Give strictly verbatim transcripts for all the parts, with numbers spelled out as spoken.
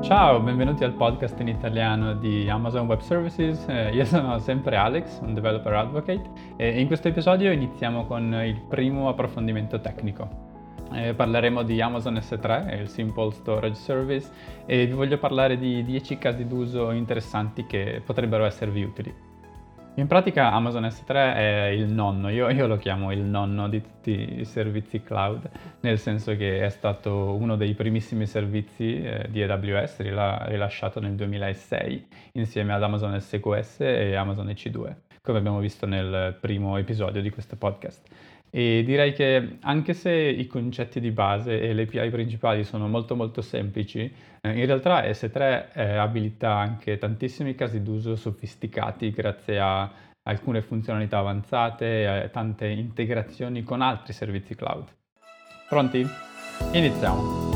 Ciao, benvenuti al podcast in italiano di Amazon Web Services. Eh, io sono sempre Alex, un developer advocate, e in questo episodio iniziamo con il primo approfondimento tecnico. Eh, parleremo di Amazon S tre, il Simple Storage Service, e vi voglio parlare di dieci casi d'uso interessanti che potrebbero esservi utili. In pratica Amazon S tre è il nonno, io, io lo chiamo il nonno di tutti i servizi cloud, nel senso che è stato uno dei primissimi servizi eh, di A W S rila- rilasciato nel duemilasei insieme ad Amazon S Q S e Amazon E C due, come abbiamo visto nel primo episodio di questo podcast. E direi che anche se i concetti di base e le A P I principali sono molto molto semplici, eh, in realtà S tre eh, abilita anche tantissimi casi d'uso sofisticati grazie a alcune funzionalità avanzate e tante integrazioni con altri servizi cloud. Pronti? Iniziamo!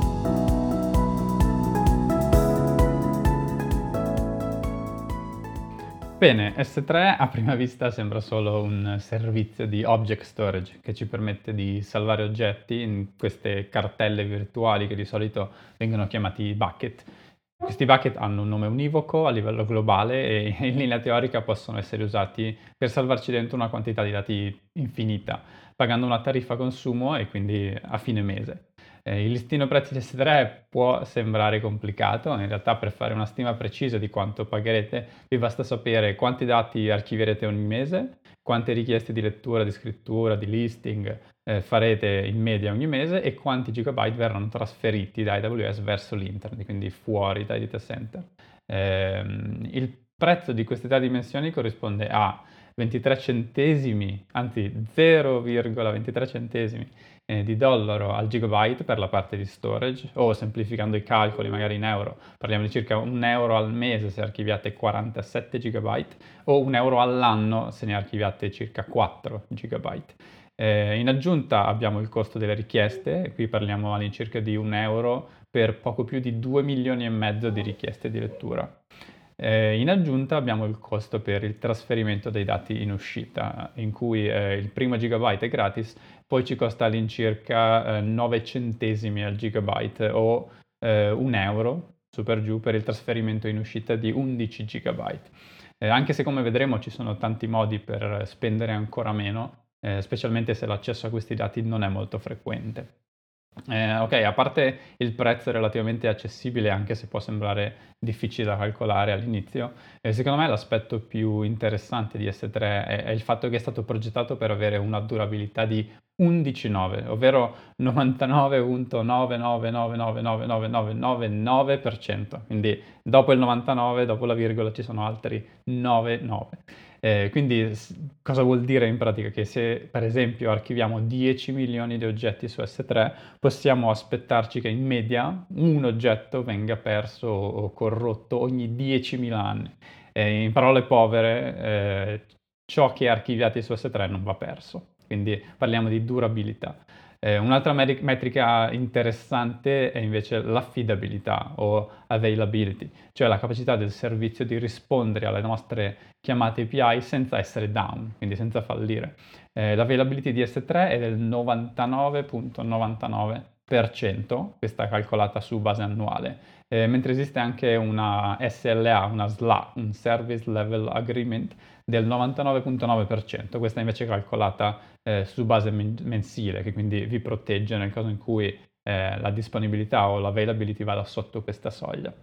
Bene, S tre a prima vista sembra solo un servizio di object storage che ci permette di salvare oggetti in queste cartelle virtuali che di solito vengono chiamati bucket. Questi bucket hanno un nome univoco a livello globale e in linea teorica possono essere usati per salvarci dentro una quantità di dati infinita, pagando una tariffa consumo e quindi a fine mese. Eh, il listino prezzi di S tre può sembrare complicato, in realtà per fare una stima precisa di quanto pagherete vi basta sapere quanti dati archivierete ogni mese, quante richieste di lettura, di scrittura, di listing eh, farete in media ogni mese e quanti gigabyte verranno trasferiti da A W S verso l'internet, quindi fuori dai data center. Eh, il prezzo di queste tre dimensioni corrisponde a ventitré centesimi, anzi zero virgola ventitré centesimi eh, di dollaro al gigabyte per la parte di storage, o semplificando i calcoli magari in euro, parliamo di circa un euro al mese se archiviate quarantasette gigabyte o un euro all'anno se ne archiviate circa quattro gigabyte. Eh, in aggiunta abbiamo il costo delle richieste, qui parliamo all'incirca di un euro per poco più di due milioni e mezzo di richieste di lettura. Eh, in aggiunta abbiamo il costo per il trasferimento dei dati in uscita, in cui eh, il primo gigabyte è gratis, poi ci costa all'incirca eh, nove centesimi al gigabyte o eh, un euro, su per giù, per il trasferimento in uscita di undici gigabyte. Eh, anche se come vedremo ci sono tanti modi per spendere ancora meno, eh, specialmente se l'accesso a questi dati non è molto frequente. Eh, ok, a parte il prezzo relativamente accessibile, anche se può sembrare difficile da calcolare all'inizio, eh, secondo me l'aspetto più interessante di S tre è, è il fatto che è stato progettato per avere una durabilità di undici nove, ovvero novantanove virgola nove nove nove nove nove nove nove nove nove per cento, quindi dopo il novantanove, dopo la virgola ci sono altri nove nove. Eh, quindi s- cosa vuol dire in pratica? Che se per esempio archiviamo dieci milioni di oggetti su S tre, possiamo aspettarci che in media un oggetto venga perso o corrotto ogni diecimila anni. Eh, in parole povere, eh, ciò che archiviate su S tre non va perso, quindi parliamo di durabilità. Eh, un'altra meri- metrica interessante è invece l'affidabilità o availability, cioè la capacità del servizio di rispondere alle nostre chiamate A P I senza essere down, quindi senza fallire. Eh, l'availability di S tre è del novantanove virgola novantanove per cento, questa calcolata su base annuale, eh, mentre esiste anche una S L A, una S L A, un Service Level Agreement del novantanove virgola nove per cento, questa invece è calcolata eh, su base men- mensile, che quindi vi protegge nel caso in cui eh, la disponibilità o l'availability vada sotto questa soglia.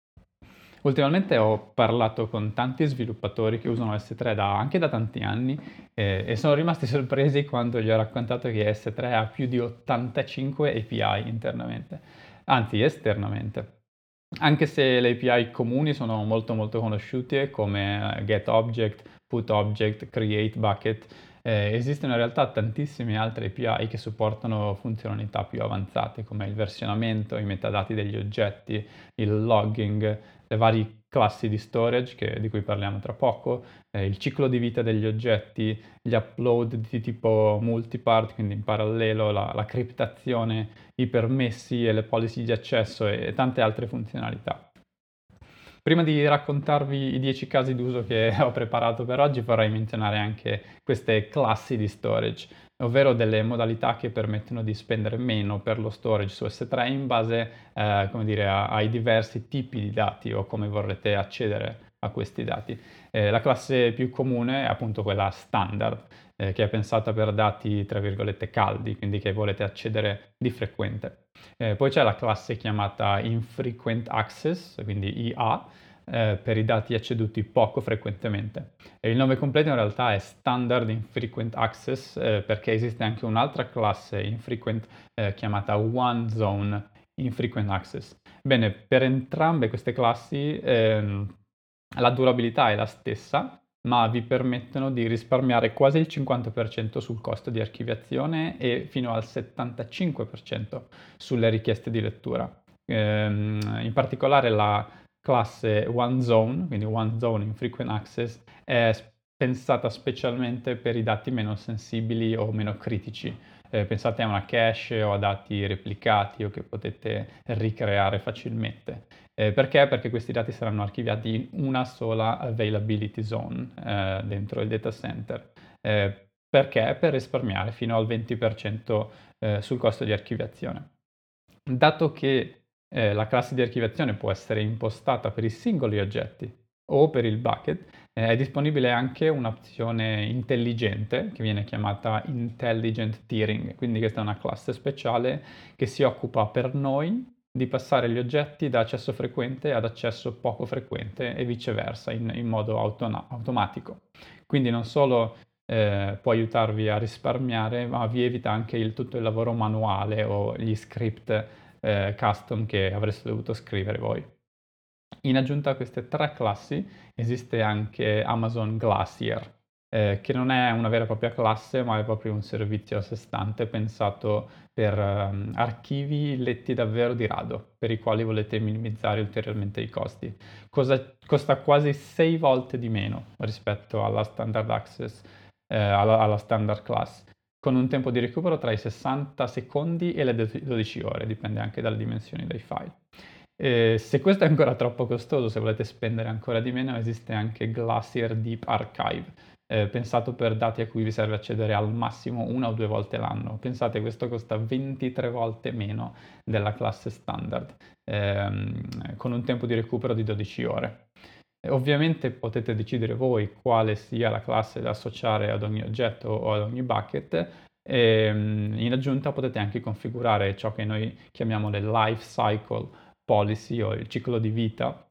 Ultimamente ho parlato con tanti sviluppatori che usano S tre da, anche da tanti anni eh, e sono rimasti sorpresi quando gli ho raccontato che S tre ha più di ottantacinque A P I internamente, anzi esternamente. Anche se le A P I comuni sono molto molto conosciute come eh, getObject, putObject, createBucket, eh, esistono in realtà tantissime altre A P I che supportano funzionalità più avanzate come il versionamento, i metadati degli oggetti, il logging, le varie classi di storage che- di cui parliamo tra poco, eh, il ciclo di vita degli oggetti, gli upload di tipo multipart, quindi in parallelo la, la criptazione, i permessi e le policy di accesso e, e tante altre funzionalità. Prima di raccontarvi i dieci casi d'uso che ho preparato per oggi, vorrei menzionare anche queste classi di storage. ovvero delle modalità che permettono di spendere meno per lo storage su S tre in base, eh, come dire, a- ai diversi tipi di dati o come vorrete accedere a questi dati. Eh, la classe più comune è appunto quella standard, eh, che è pensata per dati, tra virgolette, caldi, quindi che volete accedere di frequente. Eh, poi c'è la classe chiamata Infrequent Access, quindi I A, eh, per i dati acceduti poco frequentemente. E il nome completo in realtà è Standard Infrequent Access, eh, perché esiste anche un'altra classe infrequent eh, chiamata One Zone Infrequent Access. Bene, per entrambe queste classi ehm, la durabilità è la stessa, ma vi permettono di risparmiare quasi il cinquanta per cento sul costo di archiviazione e fino al settantacinque per cento sulle richieste di lettura. Ehm, in particolare la classe OneZone, quindi OneZone Infrequent Access, è pensata specialmente per i dati meno sensibili o meno critici. Eh, pensate a una cache o a dati replicati o che potete ricreare facilmente. Eh, perché? Perché questi dati saranno archiviati in una sola availability zone eh, dentro il data center. Eh, perché? Per risparmiare fino al venti per cento eh, sul costo di archiviazione. Dato che eh, la classe di archiviazione può essere impostata per i singoli oggetti o per il bucket, eh, è disponibile anche un'opzione intelligente che viene chiamata Intelligent Tiering, quindi questa è una classe speciale che si occupa per noi di passare gli oggetti da accesso frequente ad accesso poco frequente e viceversa in, in modo autona- automatico. Quindi non solo eh, può aiutarvi a risparmiare, ma vi evita anche il, tutto il lavoro manuale o gli script eh, custom che avreste dovuto scrivere voi. In aggiunta a queste tre classi esiste anche Amazon Glacier, eh, che non è una vera e propria classe, ma è proprio un servizio a sé stante pensato per ehm, archivi letti davvero di rado, per i quali volete minimizzare ulteriormente i costi. Cosa- costa quasi sei volte di meno rispetto alla standard access, eh, alla, alla standard class, con un tempo di recupero tra i sessanta secondi e le dodici ore, dipende anche dalle dimensioni dei file. E se questo è ancora troppo costoso, se volete spendere ancora di meno, esiste anche Glacier Deep Archive, eh, pensato per dati a cui vi serve accedere al massimo una o due volte l'anno. Pensate, questo costa ventitré volte meno della classe standard, ehm, con un tempo di recupero di dodici ore. E ovviamente potete decidere voi quale sia la classe da associare ad ogni oggetto o ad ogni bucket. E in aggiunta potete anche configurare ciò che noi chiamiamo le life cycle policy o il ciclo di vita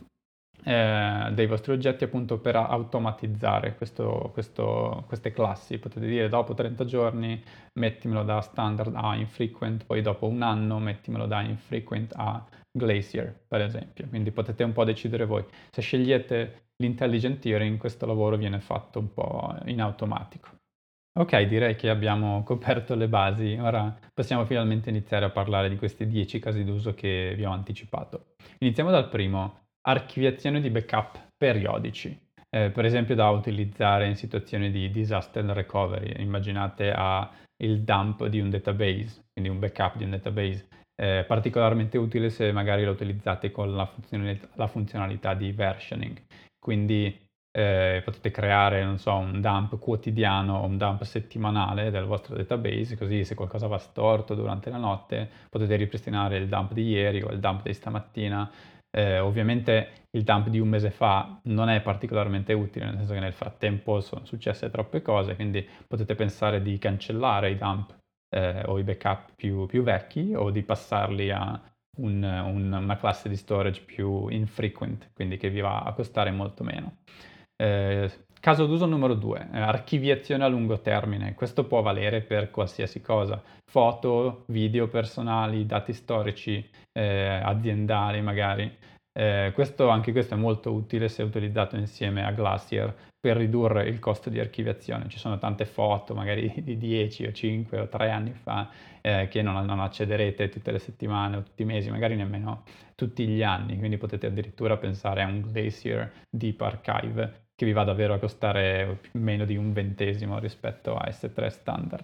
eh, dei vostri oggetti appunto per automatizzare questo, questo, queste classi. Potete dire dopo trenta giorni mettimelo da standard a infrequent, poi dopo un anno mettimelo da infrequent a glacier, per esempio. Quindi potete un po' decidere voi. Se scegliete l'intelligent tiering, questo lavoro viene fatto un po' in automatico. Ok, direi che abbiamo coperto le basi, ora possiamo finalmente iniziare a parlare di questi dieci casi d'uso che vi ho anticipato. Iniziamo dal primo, archiviazione di backup periodici, eh, per esempio da utilizzare in situazioni di disaster recovery. Immaginate a il dump di un database, quindi un backup di un database, eh, particolarmente utile se magari lo utilizzate con la funzionalità, la funzionalità di versioning. Quindi eh, potete creare, non so, un dump quotidiano o un dump settimanale del vostro database, così se qualcosa va storto durante la notte potete ripristinare il dump di ieri o il dump di stamattina. Eh, ovviamente il dump di un mese fa non è particolarmente utile, nel senso che nel frattempo sono successe troppe cose, quindi potete pensare di cancellare i dump eh, o i backup più, più vecchi o di passarli a un- un- una classe di storage più infrequent, quindi che vi va a costare molto meno. Eh, caso d'uso numero due, eh, archiviazione a lungo termine. Questo può valere per qualsiasi cosa, foto, video personali, dati storici, eh, aziendali magari. Eh, questo, anche questo è molto utile se utilizzato insieme a Glacier per ridurre il costo di archiviazione. Ci sono tante foto, magari di dieci o cinque o tre anni fa, eh, che non, non accederete tutte le settimane o tutti i mesi, magari nemmeno tutti gli anni, quindi potete addirittura pensare a un Glacier Deep Archive che vi va davvero a costare meno di un ventesimo rispetto a S tre standard.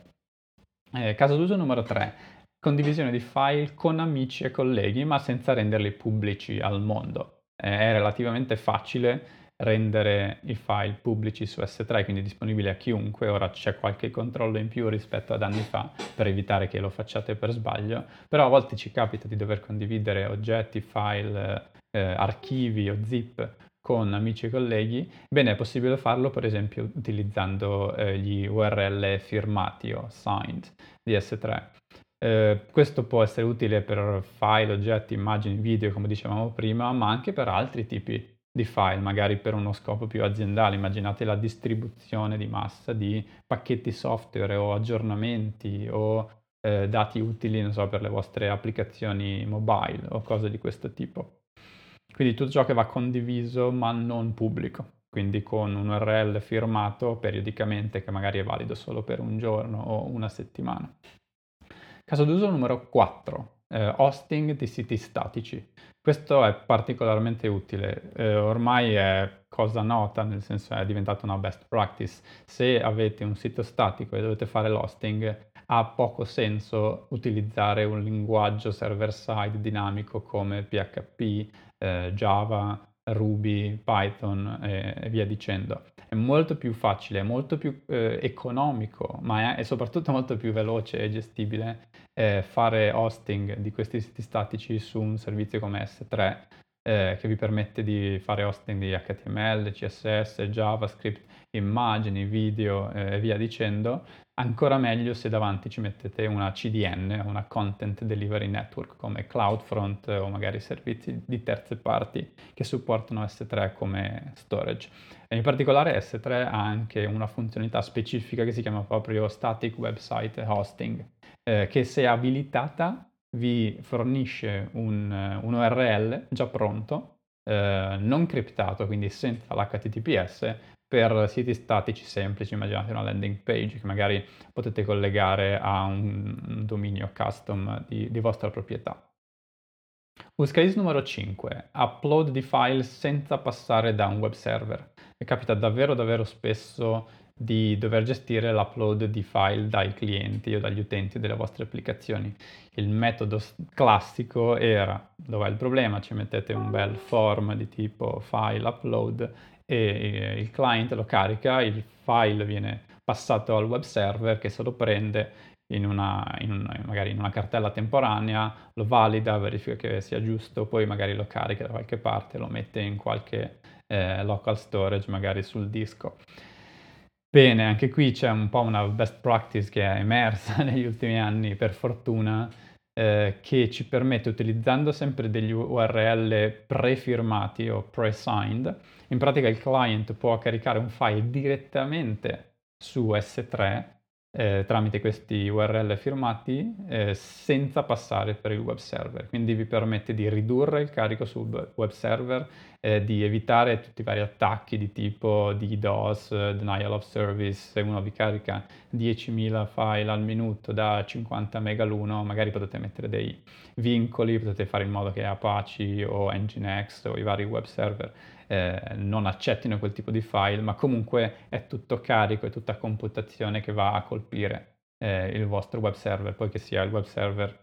Eh, caso d'uso numero tre, condivisione di file con amici e colleghi, ma senza renderli pubblici al mondo. Eh, è relativamente facile rendere i file pubblici su S tre, quindi disponibili a chiunque. Ora c'è qualche controllo in più rispetto ad anni fa per evitare che lo facciate per sbaglio, però a volte ci capita di dover condividere oggetti, file, eh, archivi o zip con amici e colleghi. Bene, è possibile farlo per esempio utilizzando eh, gli U R L firmati o signed di S tre. Eh, questo può essere utile per file, oggetti, immagini, video, come dicevamo prima, ma anche per altri tipi di file, magari per uno scopo più aziendale. Immaginate la distribuzione di massa di pacchetti software o aggiornamenti o eh, dati utili, non so, per le vostre applicazioni mobile o cose di questo tipo. Quindi tutto ciò che va condiviso ma non pubblico, quindi con un U R L firmato periodicamente che magari è valido solo per un giorno o una settimana. Caso d'uso numero quattro, eh, hosting di siti statici. Questo è particolarmente utile, eh, ormai è cosa nota, nel senso è diventata una best practice. Se avete un sito statico e dovete fare l'hosting, ha poco senso utilizzare un linguaggio server-side dinamico come P H P, eh, Java, Ruby, Python e, e via dicendo. È molto più facile, è molto più eh, economico, ma è, è soprattutto molto più veloce e gestibile eh, fare hosting di questi siti statici su un servizio come S tre, eh, che vi permette di fare hosting di H T M L, C S S, JavaScript, immagini, video eh, e via dicendo. Ancora meglio se davanti ci mettete una C D N, una Content Delivery Network come CloudFront o magari servizi di terze parti che supportano S tre come storage. E in particolare S tre ha anche una funzionalità specifica che si chiama proprio Static Website Hosting, eh, che se abilitata vi fornisce un, un U R L già pronto, eh, non criptato, quindi senza l'H T T P S, per siti statici semplici. Immaginate una landing page che magari potete collegare a un, un dominio custom di, di vostra proprietà. Use case numero cinque, upload di file senza passare da un web server. Mi capita davvero davvero spesso di dover gestire l'upload di file dai clienti o dagli utenti delle vostre applicazioni. Il metodo classico era, dov'è il problema? Ci mettete un bel form di tipo file upload e il client lo carica, il file viene passato al web server che se lo prende in una, in una, magari in una cartella temporanea, lo valida, verifica che sia giusto, poi magari lo carica da qualche parte, lo mette in qualche eh, local storage, magari sul disco. Bene, anche qui c'è un po' una best practice che è emersa negli ultimi anni, per fortuna, eh, che ci permette, utilizzando sempre degli U R L prefirmati o pre-signed, in pratica il client può caricare un file direttamente su S tre eh, tramite questi U R L firmati eh, senza passare per il web server. Quindi vi permette di ridurre il carico sul web server, eh, di evitare tutti i vari attacchi di tipo DDoS, denial of service. Se uno vi carica diecimila file al minuto da cinquanta mega l'uno, magari potete mettere dei vincoli, potete fare in modo che Apache o Nginx o i vari web server eh, non accettino quel tipo di file, ma comunque è tutto carico, è tutta computazione che va a colpire eh, il vostro web server, poi che sia il web server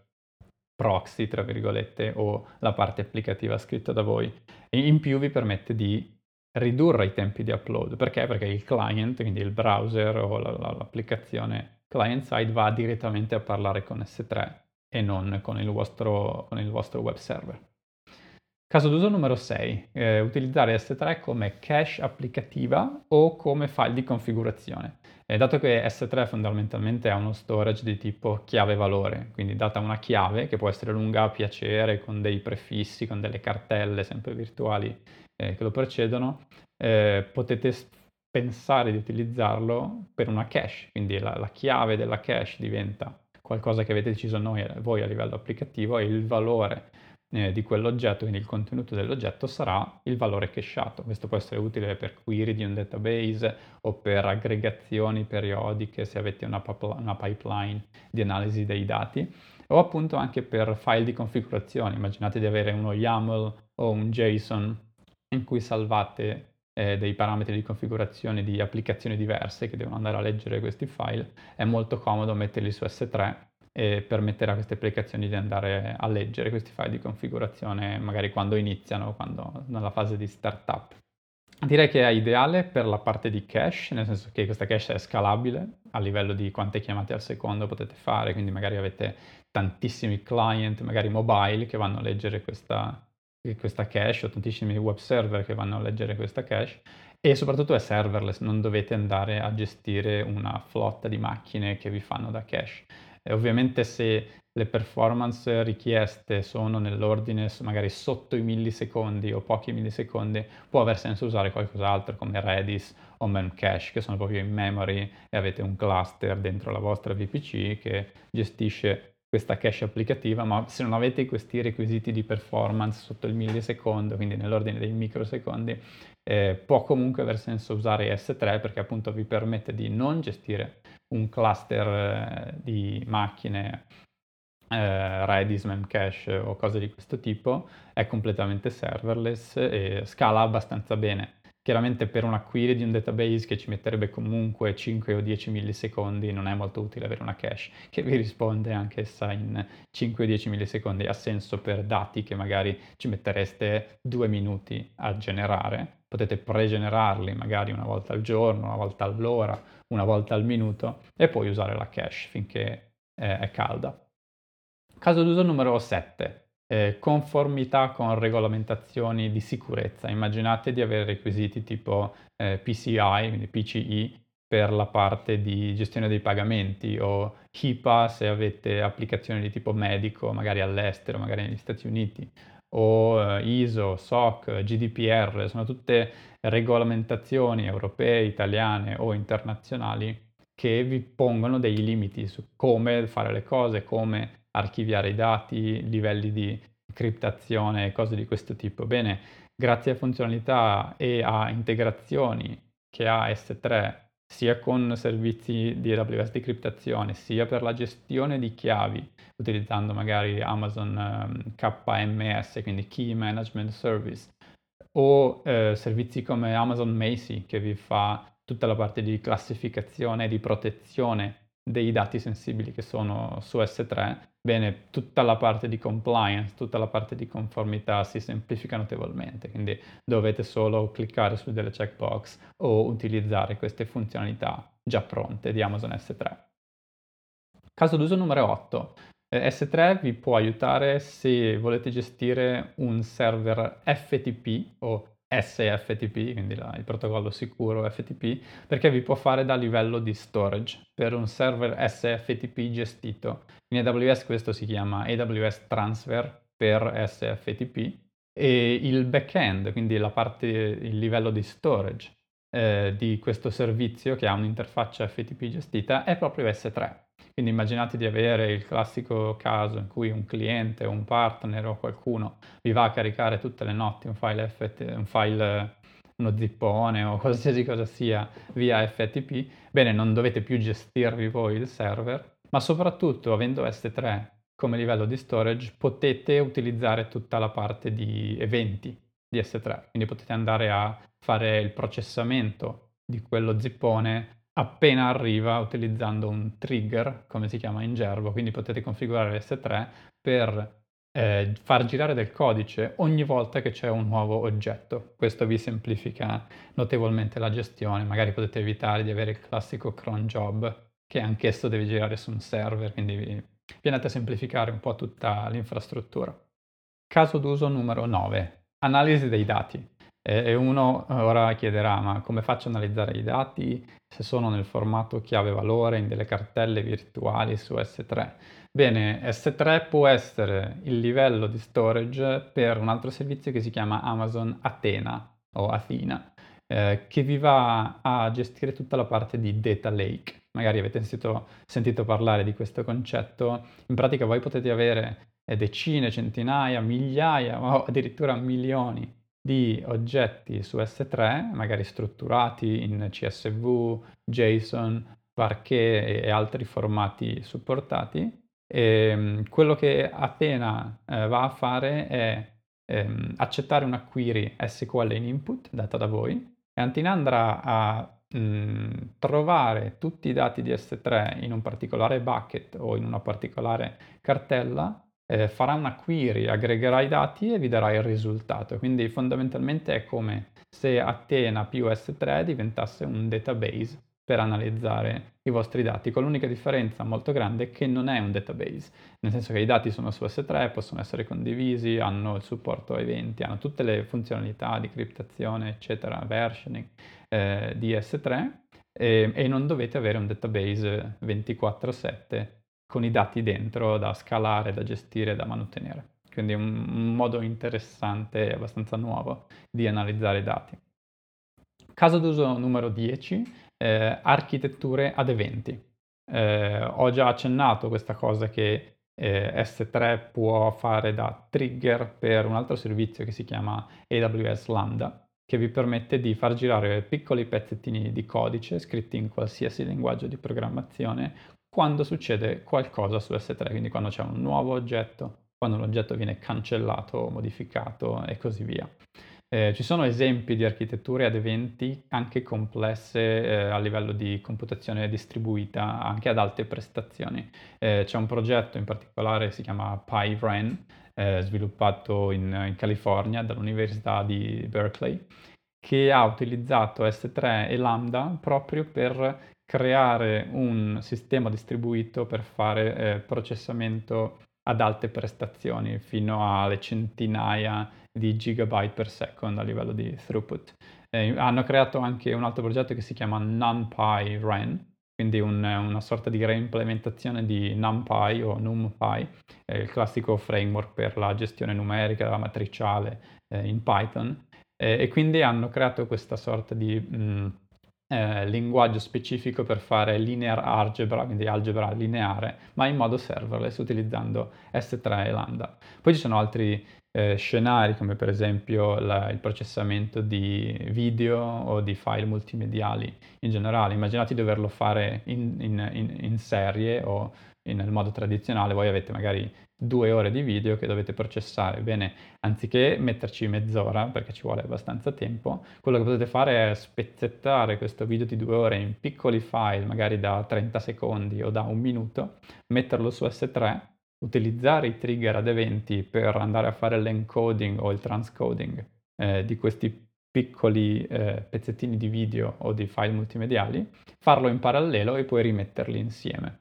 proxy, tra virgolette, o la parte applicativa scritta da voi. E in più vi permette di ridurre i tempi di upload. Perché? Perché il client, quindi il browser o la, la, l'applicazione client-side, va direttamente a parlare con S tre e non con il vostro, con il vostro web server. Caso d'uso numero sei, eh, utilizzare S tre come cache applicativa o come file di configurazione. Eh, dato che S tre fondamentalmente ha uno storage di tipo chiave-valore, quindi data una chiave che può essere lunga a piacere con dei prefissi, con delle cartelle sempre virtuali eh, che lo precedono, eh, potete pensare di utilizzarlo per una cache, quindi la, la chiave della cache diventa qualcosa che avete deciso noi, voi a livello applicativo, e il valore eh, di quell'oggetto, quindi il contenuto dell'oggetto, sarà il valore cacheato. Questo può essere utile per query di un database o per aggregazioni periodiche se avete una, una pipeline di analisi dei dati, o appunto anche per file di configurazione. Immaginate di avere uno YAML o un JSON in cui salvate eh, dei parametri di configurazione di applicazioni diverse che devono andare a leggere questi file. È molto comodo metterli su S tre e permettere a queste applicazioni di andare a leggere questi file di configurazione magari quando iniziano, quando nella fase di startup. Direi che è ideale per la parte di cache, nel senso che questa cache è scalabile a livello di quante chiamate al secondo potete fare, quindi magari avete tantissimi client, magari mobile, che vanno a leggere questa, questa cache, o tantissimi web server che vanno a leggere questa cache, e soprattutto è serverless, non dovete andare a gestire una flotta di macchine che vi fanno da cache. E ovviamente se le performance richieste sono nell'ordine magari sotto i millisecondi o pochi millisecondi, può aver senso usare qualcos'altro come Redis o Memcache, che sono proprio in memory e avete un cluster dentro la vostra V P C che gestisce questa cache applicativa, ma se non avete questi requisiti di performance sotto il millisecondo, quindi nell'ordine dei microsecondi, eh, può comunque aver senso usare S tre perché appunto vi permette di non gestire un cluster eh, di macchine eh, Redis, Memcache o cose di questo tipo, è completamente serverless e scala abbastanza bene. Chiaramente per una query di un database che ci metterebbe comunque cinque o dieci millisecondi non è molto utile avere una cache che vi risponde anch'essa in cinque o dieci millisecondi. Ha senso per dati che magari ci mettereste due minuti a generare. Potete pregenerarli magari una volta al giorno, una volta all'ora, una volta al minuto e poi usare la cache finché eh, è calda. Caso d'uso numero sette. Eh, conformità con regolamentazioni di sicurezza. Immaginate di avere requisiti tipo eh, P C I, quindi P C I, per la parte di gestione dei pagamenti o HIPAA se avete applicazioni di tipo medico, magari all'estero, magari negli Stati Uniti, o eh, I S O, S O C, G D P R, sono tutte regolamentazioni europee, italiane o internazionali che vi pongono dei limiti su come fare le cose, come archiviare i dati, livelli di criptazione e cose di questo tipo. Bene, grazie a funzionalità e a integrazioni che ha S tre sia con servizi di A W S di criptazione, sia per la gestione di chiavi, utilizzando magari Amazon um, K M S, quindi Key Management Service, o eh, servizi come Amazon Macy che vi fa tutta la parte di classificazione e di protezione dei dati sensibili che sono su S tre, bene, tutta la parte di compliance, tutta la parte di conformità si semplifica notevolmente, quindi dovete solo cliccare su delle checkbox o utilizzare queste funzionalità già pronte di Amazon S tre. Caso d'uso numero otto. Eh, S tre vi può aiutare se volete gestire un server F T P o S F T P, quindi la, il protocollo sicuro F T P, perché vi può fare da livello di storage per un server S F T P gestito. In A W S questo si chiama A W S Transfer per S F T P e il backend, quindi la parte, il livello di storage eh, di questo servizio che ha un'interfaccia F T P gestita è proprio S tre. Quindi immaginate di avere il classico caso in cui un cliente o un partner o qualcuno vi va a caricare tutte le notti un file, F T, un file uno zippone o qualsiasi cosa sia via F T P, bene, non dovete più gestirvi voi il server, ma soprattutto avendo S tre come livello di storage potete utilizzare tutta la parte di eventi di S tre, quindi potete andare a fare il processamento di quello zippone appena arriva utilizzando un trigger, come si chiama in gergo, quindi potete configurare S tre per eh, far girare del codice ogni volta che c'è un nuovo oggetto. Questo vi semplifica notevolmente la gestione, magari potete evitare di avere il classico cron job che anch'esso deve girare su un server, quindi vi, vi andate a semplificare un po' tutta l'infrastruttura. Caso d'uso numero nove. Analisi dei dati. E uno ora chiederà, ma come faccio ad analizzare i dati se sono nel formato chiave-valore in delle cartelle virtuali su S tre? Bene, S tre può essere il livello di storage per un altro servizio che si chiama Amazon Athena o Athena, eh, che vi va a gestire tutta la parte di data lake. Magari avete sentito, sentito parlare di questo concetto. In pratica voi potete avere decine, centinaia, migliaia o addirittura milioni di oggetti su S tre, magari strutturati in C S V, JSON, Parquet e altri formati supportati. E quello che Athena eh, va a fare è ehm, accettare una query S Q L in input data da voi e Athena andrà a mh, trovare tutti i dati di S tre in un particolare bucket o in una particolare cartella eh, farà una query, aggregherà i dati e vi darà il risultato. Quindi fondamentalmente è come se Athena più S tre diventasse un database per analizzare i vostri dati, con l'unica differenza molto grande che non è un database, nel senso che i dati sono su S tre, possono essere condivisi, hanno il supporto a eventi, hanno tutte le funzionalità di criptazione, eccetera, versioning eh, di S tre e, e non dovete avere un database ventiquattro sette con i dati dentro da scalare, da gestire, da mantenere. Quindi è un, un modo interessante e abbastanza nuovo di analizzare i dati. Caso d'uso numero dieci, eh, architetture ad eventi. Eh, ho già accennato questa cosa che eh, S tre può fare da trigger per un altro servizio che si chiama A W S Lambda, che vi permette di far girare piccoli pezzettini di codice scritti in qualsiasi linguaggio di programmazione quando succede qualcosa su S tre, quindi quando c'è un nuovo oggetto, quando un oggetto viene cancellato, modificato e così via. Eh, ci sono esempi di architetture ad eventi anche complesse eh, a livello di computazione distribuita, anche ad alte prestazioni. Eh, c'è un progetto in particolare, si chiama PyWren, eh, sviluppato in, in California dall'Università di Berkeley, che ha utilizzato S tre e Lambda proprio per creare un sistema distribuito per fare eh, processamento ad alte prestazioni, fino alle centinaia di gigabyte per second a livello di throughput. Eh, hanno creato anche un altro progetto che si chiama NumPy-Ren, quindi un, una sorta di reimplementazione di NumPy o NumPy, eh, il classico framework per la gestione numerica, la matriciale eh, in Python, eh, e quindi hanno creato questa sorta di mh, eh, linguaggio specifico per fare linear algebra, quindi algebra lineare, ma in modo serverless utilizzando S tre e Lambda. Poi ci sono altri eh, scenari, come per esempio la, il processamento di video o di file multimediali in generale. Immaginate di doverlo fare in, in, in, in serie o in, nel modo tradizionale. Voi avete magari due ore di video che dovete processare. Bene, anziché metterci mezz'ora, perché ci vuole abbastanza tempo, quello che potete fare è spezzettare questo video di due ore in piccoli file, magari da trenta secondi o da un minuto, metterlo su S tre, utilizzare i trigger ad eventi per andare a fare l'encoding o il transcoding eh, di questi piccoli eh, pezzettini di video o di file multimediali, farlo in parallelo e poi rimetterli insieme.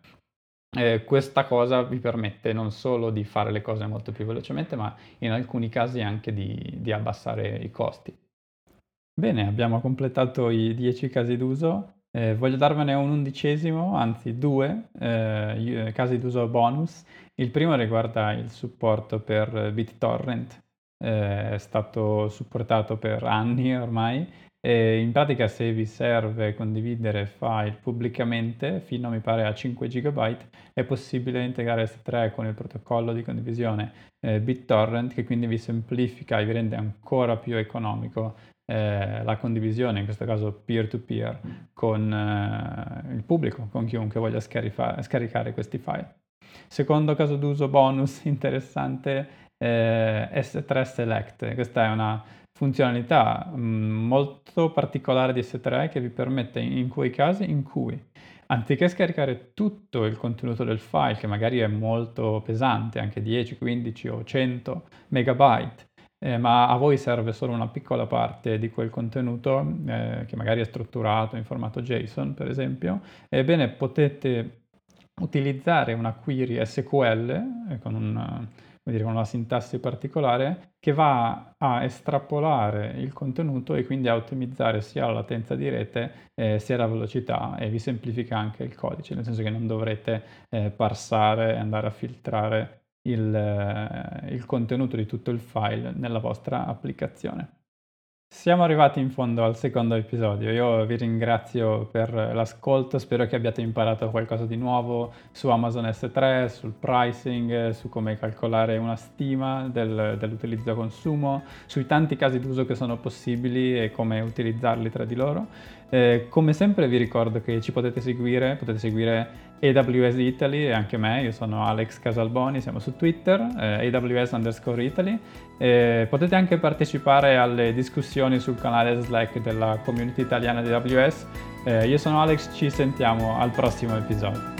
Eh, questa cosa vi permette non solo di fare le cose molto più velocemente, ma in alcuni casi anche di, di abbassare i costi. Bene, abbiamo completato i dieci casi d'uso. Eh, voglio darvene un undicesimo, anzi due eh, casi d'uso bonus. Il primo riguarda il supporto per BitTorrent, eh, è stato supportato per anni ormai. E in pratica, se vi serve condividere file pubblicamente fino, mi pare, a cinque gigabyte, è possibile integrare S tre con il protocollo di condivisione eh, BitTorrent, che quindi vi semplifica e vi rende ancora più economico eh, la condivisione, in questo caso peer-to-peer, con eh, il pubblico, con chiunque voglia scarifa- scaricare questi file. Secondo caso d'uso bonus interessante, eh, S tre Select. Questa è una funzionalità mh, molto particolare di S tre che vi permette in, in quei casi in cui, anziché scaricare tutto il contenuto del file, che magari è molto pesante, anche dieci, quindici o cento megabyte, eh, ma a voi serve solo una piccola parte di quel contenuto, eh, che magari è strutturato in formato JSON, per esempio, ebbene potete utilizzare una query S Q L eh, con un come dire, con una sintassi particolare che va a estrapolare il contenuto e quindi a ottimizzare sia la latenza di rete eh, sia la velocità, e vi semplifica anche il codice, nel senso che non dovrete eh, parsare e andare a filtrare il, eh, il contenuto di tutto il file nella vostra applicazione. Siamo arrivati in fondo al secondo episodio. Io vi ringrazio per l'ascolto, spero che abbiate imparato qualcosa di nuovo su Amazon S tre, sul pricing, su come calcolare una stima del, dell'utilizzo a consumo, sui tanti casi d'uso che sono possibili e come utilizzarli tra di loro. Eh, come sempre vi ricordo che ci potete seguire, potete seguire A W S Italy e anche me, io sono Alex Casalboni, siamo su Twitter, eh, A W S underscore Italy. Eh, potete anche partecipare alle discussioni sul canale Slack della community italiana di A W S. Eh, io sono Alex, ci sentiamo al prossimo episodio.